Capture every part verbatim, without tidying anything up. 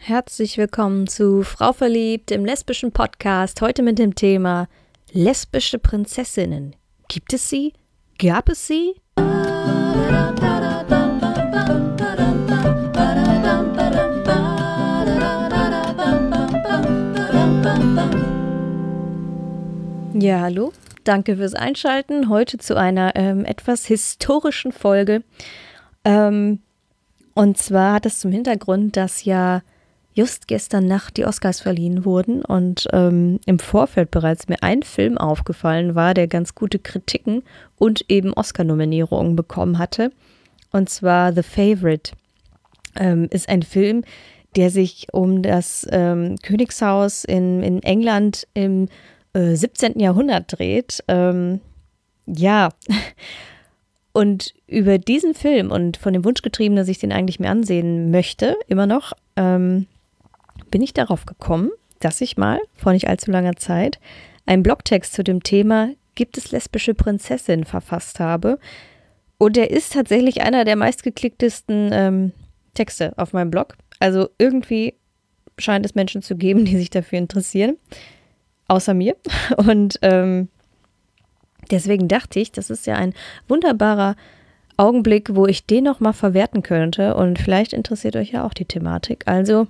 Herzlich willkommen zu Frau Verliebt im lesbischen Podcast. Heute mit dem Thema lesbische Prinzessinnen. Gibt es sie? Gab es sie? Ja, hallo. Danke fürs Einschalten. Heute zu einer ähm, etwas historischen Folge. Ähm, und zwar hat es zum Hintergrund, dass ja just gestern Nacht die Oscars verliehen wurden und ähm, im Vorfeld bereits mir ein Film aufgefallen war, der ganz gute Kritiken und eben Oscar-Nominierungen bekommen hatte. Und zwar The Favourite ähm, ist ein Film, der sich um das ähm, Königshaus in, in England im äh, siebzehnten. Jahrhundert dreht. Ähm, ja, und über diesen Film und von dem Wunsch getrieben, dass ich den eigentlich mir ansehen möchte, immer noch, ähm, bin ich darauf gekommen, dass ich mal vor nicht allzu langer Zeit einen Blogtext zu dem Thema Gibt es lesbische Prinzessinnen verfasst habe. Und der ist tatsächlich einer der meistgeklicktesten ähm, Texte auf meinem Blog. Also irgendwie scheint es Menschen zu geben, die sich dafür interessieren. Außer mir. Und ähm, deswegen dachte ich, das ist ja ein wunderbarer Augenblick, wo ich den nochmal verwerten könnte. Und vielleicht interessiert euch ja auch die Thematik. Also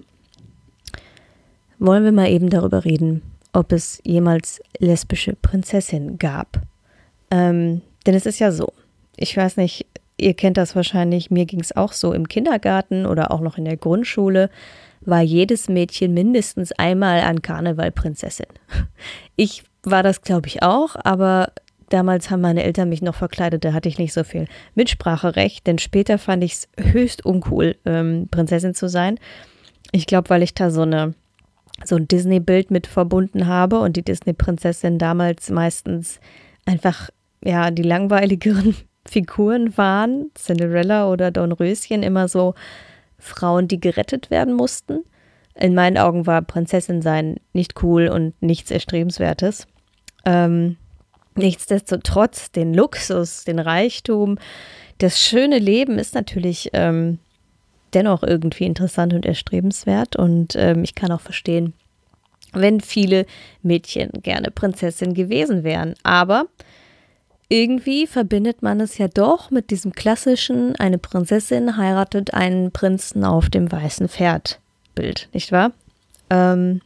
wollen wir mal eben darüber reden, ob es jemals lesbische Prinzessinnen gab. Ähm, denn es ist ja so, ich weiß nicht, ihr kennt das wahrscheinlich, mir ging es auch so im Kindergarten oder auch noch in der Grundschule, war jedes Mädchen mindestens einmal an Karneval Prinzessin. Ich war das, glaube ich, auch, aber damals haben meine Eltern mich noch verkleidet, da hatte ich nicht so viel Mitspracherecht, denn später fand ich es höchst uncool, ähm, Prinzessin zu sein. Ich glaube, weil ich da so eine so ein Disney-Bild mit verbunden habe und die Disney-Prinzessinnen damals meistens einfach, ja, die langweiligeren Figuren waren, Cinderella oder Dornröschen, immer so Frauen, die gerettet werden mussten. In meinen Augen war Prinzessin sein nicht cool und nichts Erstrebenswertes. Ähm, nichtsdestotrotz, den Luxus, den Reichtum, das schöne Leben ist natürlich ähm, dennoch irgendwie interessant und erstrebenswert und ähm, ich kann auch verstehen, wenn viele Mädchen gerne Prinzessin gewesen wären. Aber irgendwie verbindet man es ja doch mit diesem klassischen, eine Prinzessin heiratet einen Prinzen auf dem weißen Pferd Bild, nicht wahr? Ähm,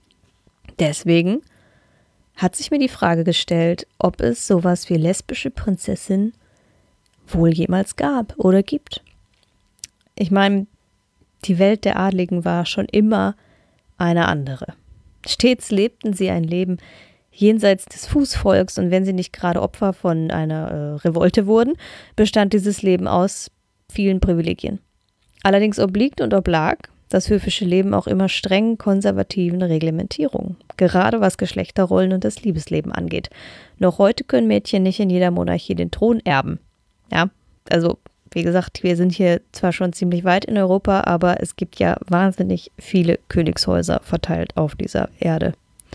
deswegen hat sich mir die Frage gestellt, ob es sowas wie lesbische Prinzessin wohl jemals gab oder gibt. Ich meine, die Welt der Adligen war schon immer eine andere. Stets lebten sie ein Leben jenseits des Fußvolks und wenn sie nicht gerade Opfer von einer äh, Revolte wurden, bestand dieses Leben aus vielen Privilegien. Allerdings obliegt und oblag das höfische Leben auch immer streng konservativen Reglementierungen, gerade was Geschlechterrollen und das Liebesleben angeht. Noch heute können Mädchen nicht in jeder Monarchie den Thron erben. Ja, also wie gesagt, wir sind hier zwar schon ziemlich weit in Europa, aber es gibt ja wahnsinnig viele Königshäuser verteilt auf dieser Erde.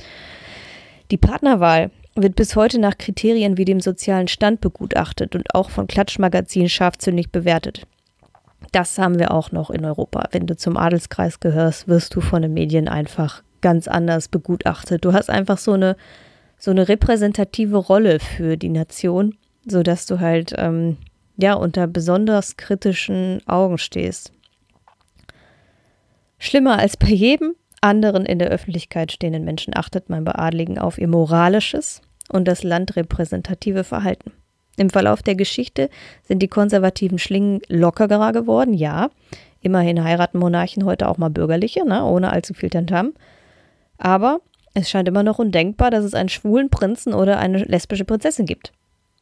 Die Partnerwahl wird bis heute nach Kriterien wie dem sozialen Stand begutachtet und auch von Klatschmagazinen scharfzündig bewertet. Das haben wir auch noch in Europa. Wenn du zum Adelskreis gehörst, wirst du von den Medien einfach ganz anders begutachtet. Du hast einfach so eine, so eine repräsentative Rolle für die Nation, sodass du halt ähm, ja, unter besonders kritischen Augen stehst. Schlimmer als bei jedem anderen in der Öffentlichkeit stehenden Menschen achtet man bei Adligen auf ihr moralisches und das landrepräsentative Verhalten. Im Verlauf der Geschichte sind die konservativen Schlingen lockerer geworden, ja. Immerhin heiraten Monarchen heute auch mal Bürgerliche, ne, ohne allzu viel Tamtam. Aber es scheint immer noch undenkbar, dass es einen schwulen Prinzen oder eine lesbische Prinzessin gibt.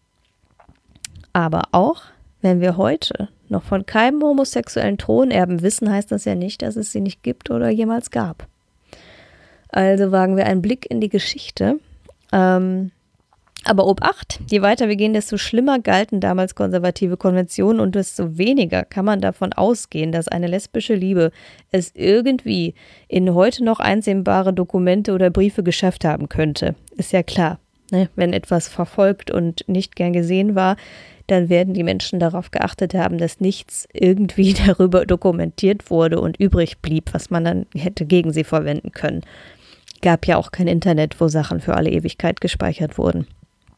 Aber auch wenn wir heute noch von keinem homosexuellen Thronerben wissen, heißt das ja nicht, dass es sie nicht gibt oder jemals gab. Also wagen wir einen Blick in die Geschichte. Ähm, aber Obacht, je weiter wir gehen, desto schlimmer galten damals konservative Konventionen und desto weniger kann man davon ausgehen, dass eine lesbische Liebe es irgendwie in heute noch einsehbare Dokumente oder Briefe geschafft haben könnte. Ist ja klar. Ne? Wenn etwas verfolgt und nicht gern gesehen war, dann werden die Menschen darauf geachtet haben, dass nichts irgendwie darüber dokumentiert wurde und übrig blieb, was man dann hätte gegen sie verwenden können. Gab ja auch kein Internet, wo Sachen für alle Ewigkeit gespeichert wurden.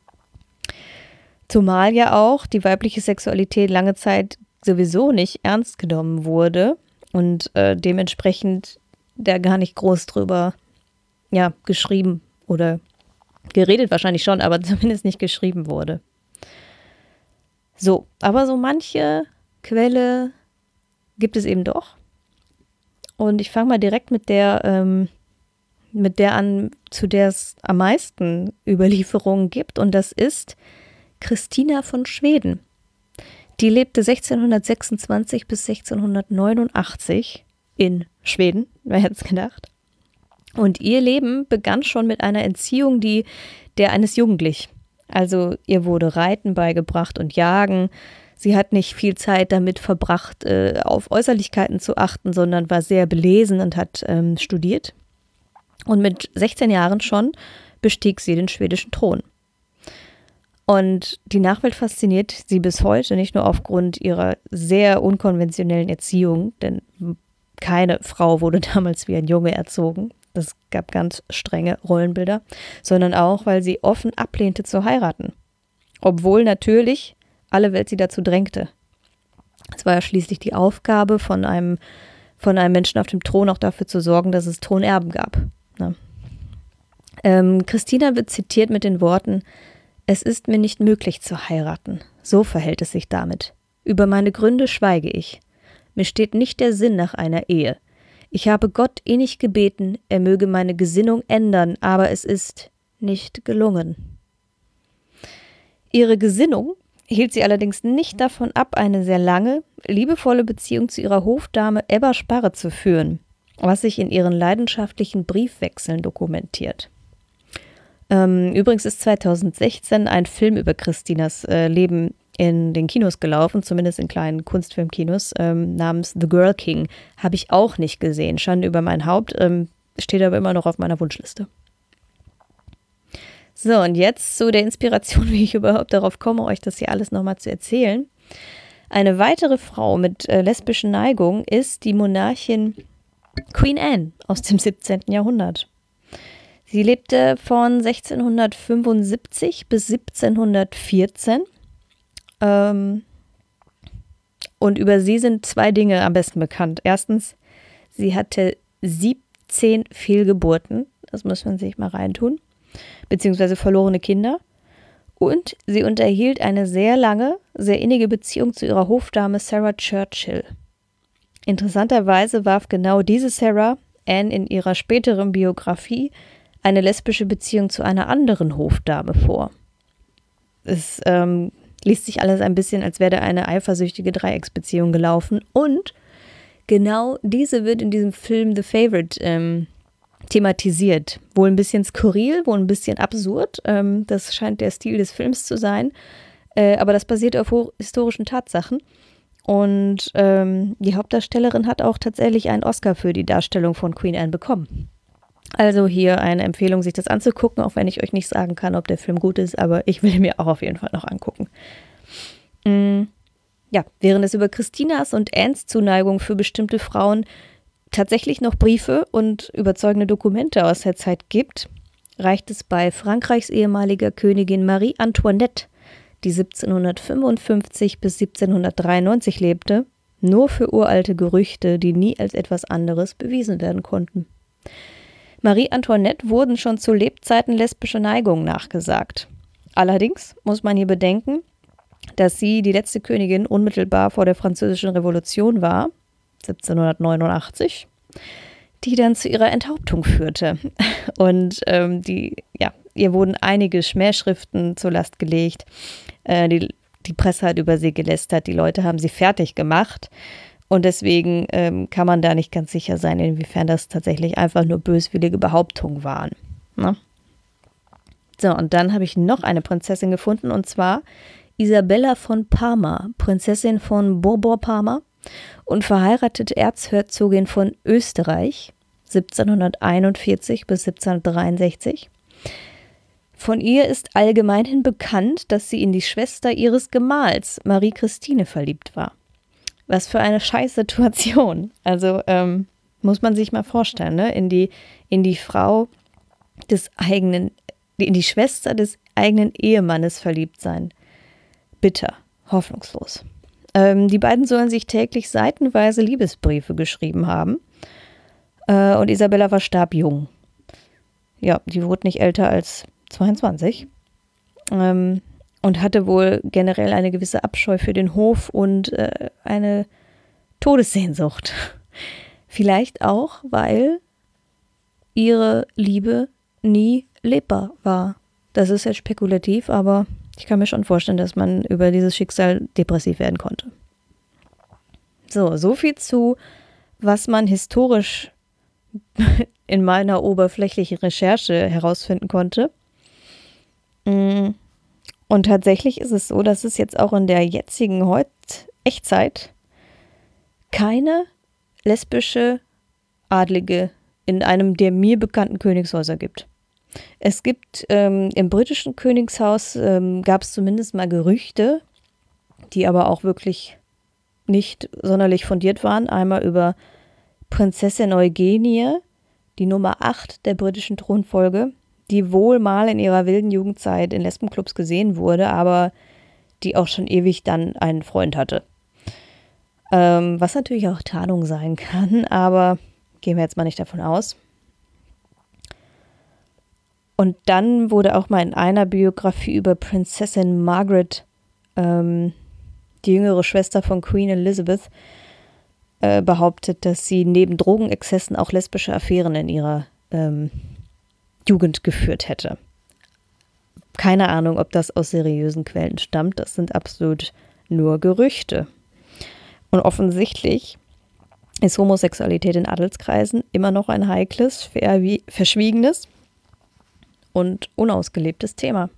Zumal ja auch die weibliche Sexualität lange Zeit sowieso nicht ernst genommen wurde und äh, dementsprechend da gar nicht groß drüber ja, geschrieben oder geredet wahrscheinlich schon, aber zumindest nicht geschrieben wurde. So, aber so manche Quelle gibt es eben doch. Und ich fange mal direkt mit der, ähm, mit der an, zu der es am meisten Überlieferungen gibt. Und das ist Christina von Schweden. Die lebte sechzehnhundertsechsundzwanzig bis sechzehnhundertneunundachtzig in Schweden, wer hätte es gedacht. Und ihr Leben begann schon mit einer Entziehung, die der eines Jugendlichen. Also ihr wurde Reiten beigebracht und Jagen. Sie hat nicht viel Zeit damit verbracht, äh, auf Äußerlichkeiten zu achten, sondern war sehr belesen und hat ähm, studiert. Und mit sechzehn Jahren schon bestieg sie den schwedischen Thron. Und die Nachwelt fasziniert sie bis heute, nicht nur aufgrund ihrer sehr unkonventionellen Erziehung, denn keine Frau wurde damals wie ein Junge erzogen. Es gab ganz strenge Rollenbilder, sondern auch, weil sie offen ablehnte zu heiraten. Obwohl natürlich alle Welt sie dazu drängte. Es war ja schließlich die Aufgabe von einem, von einem Menschen auf dem Thron auch dafür zu sorgen, dass es Thronerben gab. Ja. Ähm, Christina wird zitiert mit den Worten: Es ist mir nicht möglich zu heiraten. So verhält es sich damit. Über meine Gründe schweige ich. Mir steht nicht der Sinn nach einer Ehe. Ich habe Gott innig gebeten, er möge meine Gesinnung ändern, aber es ist nicht gelungen. Ihre Gesinnung hielt sie allerdings nicht davon ab, eine sehr lange, liebevolle Beziehung zu ihrer Hofdame Ebba Sparre zu führen, was sich in ihren leidenschaftlichen Briefwechseln dokumentiert. Ähm, übrigens ist zweitausendsechzehn ein Film über Christinas äh, Leben in den Kinos gelaufen, zumindest in kleinen Kunstfilmkinos, ähm, namens The Girl King. Habe ich auch nicht gesehen. Schande über mein Haupt, ähm, steht aber immer noch auf meiner Wunschliste. So, und jetzt zu der Inspiration, wie ich überhaupt darauf komme, euch das hier alles nochmal zu erzählen. Eine weitere Frau mit äh, lesbischen Neigungen ist die Monarchin Queen Anne aus dem siebzehnten Jahrhundert. Sie lebte von sechzehnhundertfünfundsiebzig bis siebzehnhundertvierzehn. Ähm, und über sie sind zwei Dinge am besten bekannt. Erstens, sie hatte siebzehn Fehlgeburten, das muss man sich mal reintun, beziehungsweise verlorene Kinder. Und sie unterhielt eine sehr lange, sehr innige Beziehung zu ihrer Hofdame Sarah Churchill. Interessanterweise warf genau diese Sarah Anne in ihrer späteren Biografie eine lesbische Beziehung zu einer anderen Hofdame vor. Es ähm, liest sich alles ein bisschen, als wäre da eine eifersüchtige Dreiecksbeziehung gelaufen. Und genau diese wird in diesem Film The Favourite ähm, thematisiert. Wohl ein bisschen skurril, wohl ein bisschen absurd. Ähm, das scheint der Stil des Films zu sein. Äh, aber das basiert auf historischen Tatsachen. Und ähm, die Hauptdarstellerin hat auch tatsächlich einen Oscar für die Darstellung von Queen Anne bekommen. Also hier eine Empfehlung, sich das anzugucken, auch wenn ich euch nicht sagen kann, ob der Film gut ist, aber ich will ihn mir auch auf jeden Fall noch angucken. Mm, ja, während es über Christinas und Annes Zuneigung für bestimmte Frauen tatsächlich noch Briefe und überzeugende Dokumente aus der Zeit gibt, reicht es bei Frankreichs ehemaliger Königin Marie Antoinette, die siebzehnhundertfünfundfünfzig bis siebzehnhundertdreiundneunzig lebte, nur für uralte Gerüchte, die nie als etwas anderes bewiesen werden konnten. Marie Antoinette wurden schon zu Lebzeiten lesbische Neigungen nachgesagt. Allerdings muss man hier bedenken, dass sie die letzte Königin unmittelbar vor der Französischen Revolution war, siebzehnhundertneunundachtzig, die dann zu ihrer Enthauptung führte. Und ähm, die, ja, ihr wurden einige Schmähschriften zur Last gelegt. Äh, die, die Presse hat über sie gelästert, die Leute haben sie fertig gemacht. Und deswegen ähm, kann man da nicht ganz sicher sein, inwiefern das tatsächlich einfach nur böswillige Behauptungen waren. Ne? So, und dann habe ich noch eine Prinzessin gefunden, und zwar Isabella von Parma, Prinzessin von Bourbon-Parma und verheiratete Erzherzogin von Österreich, siebzehnhunderteinundvierzig bis siebzehnhundertdreiundsechzig. Von ihr ist allgemeinhin bekannt, dass sie in die Schwester ihres Gemahls, Marie-Christine, verliebt war. Was für eine scheiß Situation. Also ähm, muss man sich mal vorstellen, ne? In die, in die Frau des eigenen, in die Schwester des eigenen Ehemannes verliebt sein. Bitter, hoffnungslos. Ähm, die beiden sollen sich täglich seitenweise Liebesbriefe geschrieben haben. Äh, und Isabella verstarb jung. Ja, die wurde nicht älter als zweiundzwanzig. Ähm, und hatte wohl generell eine gewisse Abscheu für den Hof und äh, eine Todessehnsucht. Vielleicht auch, weil ihre Liebe nie lebbar war. Das ist jetzt spekulativ, aber ich kann mir schon vorstellen, dass man über dieses Schicksal depressiv werden konnte. So, so viel zu, was man historisch in meiner oberflächlichen Recherche herausfinden konnte. Und tatsächlich ist es so, dass es jetzt auch in der jetzigen Heut- Echtzeit keine lesbische Adlige in einem der mir bekannten Königshäuser gibt. Es gibt ähm, im britischen Königshaus ähm, gab es zumindest mal Gerüchte, die aber auch wirklich nicht sonderlich fundiert waren. Einmal über Prinzessin Eugenie, die Nummer acht der britischen Thronfolge, die wohl mal in ihrer wilden Jugendzeit in Lesbenclubs gesehen wurde, aber die auch schon ewig dann einen Freund hatte. Ähm, was natürlich auch Tarnung sein kann, aber gehen wir jetzt mal nicht davon aus. Und dann wurde auch mal in einer Biografie über Prinzessin Margaret, ähm, die jüngere Schwester von Queen Elizabeth, äh, behauptet, dass sie neben Drogenexzessen auch lesbische Affären in ihrer ähm, Jugend geführt hätte. Keine Ahnung, ob das aus seriösen Quellen stammt. Das sind absolut nur Gerüchte. Und offensichtlich ist Homosexualität in Adelskreisen immer noch ein heikles, verschwiegenes und unausgelebtes Thema.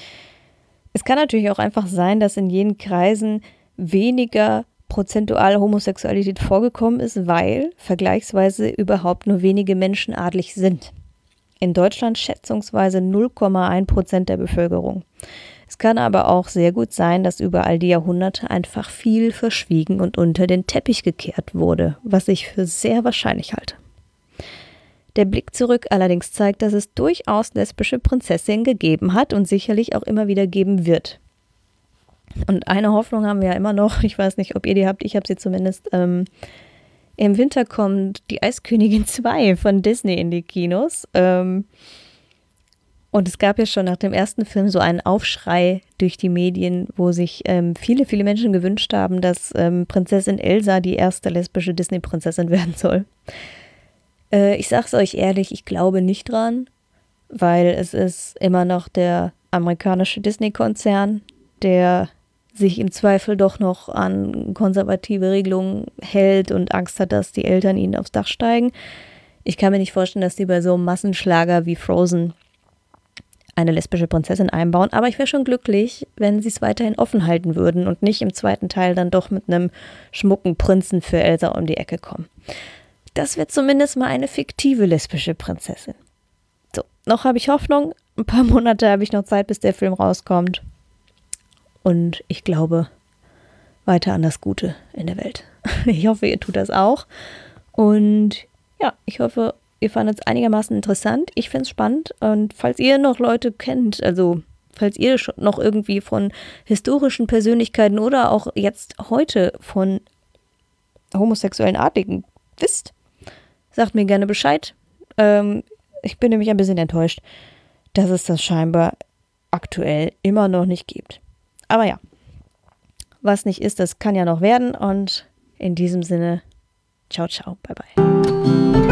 Es kann natürlich auch einfach sein, dass in jenen Kreisen weniger prozentual Homosexualität vorgekommen ist, weil vergleichsweise überhaupt nur wenige Menschen adlig sind. In Deutschland schätzungsweise null Komma eins Prozent der Bevölkerung. Es kann aber auch sehr gut sein, dass über all die Jahrhunderte einfach viel verschwiegen und unter den Teppich gekehrt wurde, was ich für sehr wahrscheinlich halte. Der Blick zurück allerdings zeigt, dass es durchaus lesbische Prinzessinnen gegeben hat und sicherlich auch immer wieder geben wird. Und eine Hoffnung haben wir ja immer noch, ich weiß nicht, ob ihr die habt, ich habe sie zumindest, ähm, im Winter kommt die Eiskönigin zwei von Disney in die Kinos. Ähm, und es gab ja schon nach dem ersten Film so einen Aufschrei durch die Medien, wo sich ähm, viele, viele Menschen gewünscht haben, dass ähm, Prinzessin Elsa die erste lesbische Disney-Prinzessin werden soll. Äh, ich sag's euch ehrlich, ich glaube nicht dran, weil es ist immer noch der amerikanische Disney-Konzern, der sich im Zweifel doch noch an konservative Regelungen hält und Angst hat, dass die Eltern ihnen aufs Dach steigen. Ich kann mir nicht vorstellen, dass die bei so einem Massenschlager wie Frozen eine lesbische Prinzessin einbauen, aber ich wäre schon glücklich, wenn sie es weiterhin offen halten würden und nicht im zweiten Teil dann doch mit einem schmucken Prinzen für Elsa um die Ecke kommen. Das wird zumindest mal eine fiktive lesbische Prinzessin. So, noch habe ich Hoffnung. Ein paar Monate habe ich noch Zeit, bis der Film rauskommt. Und ich glaube weiter an das Gute in der Welt. Ich hoffe, ihr tut das auch. Und ja, ich hoffe, ihr fandet es einigermaßen interessant. Ich finde es spannend. Und falls ihr noch Leute kennt, also falls ihr noch irgendwie von historischen Persönlichkeiten oder auch jetzt heute von homosexuellen Adligen wisst, sagt mir gerne Bescheid. Ähm, ich bin nämlich ein bisschen enttäuscht, dass es das scheinbar aktuell immer noch nicht gibt. Aber ja, was nicht ist, das kann ja noch werden. Und in diesem Sinne, ciao, ciao, bye, bye.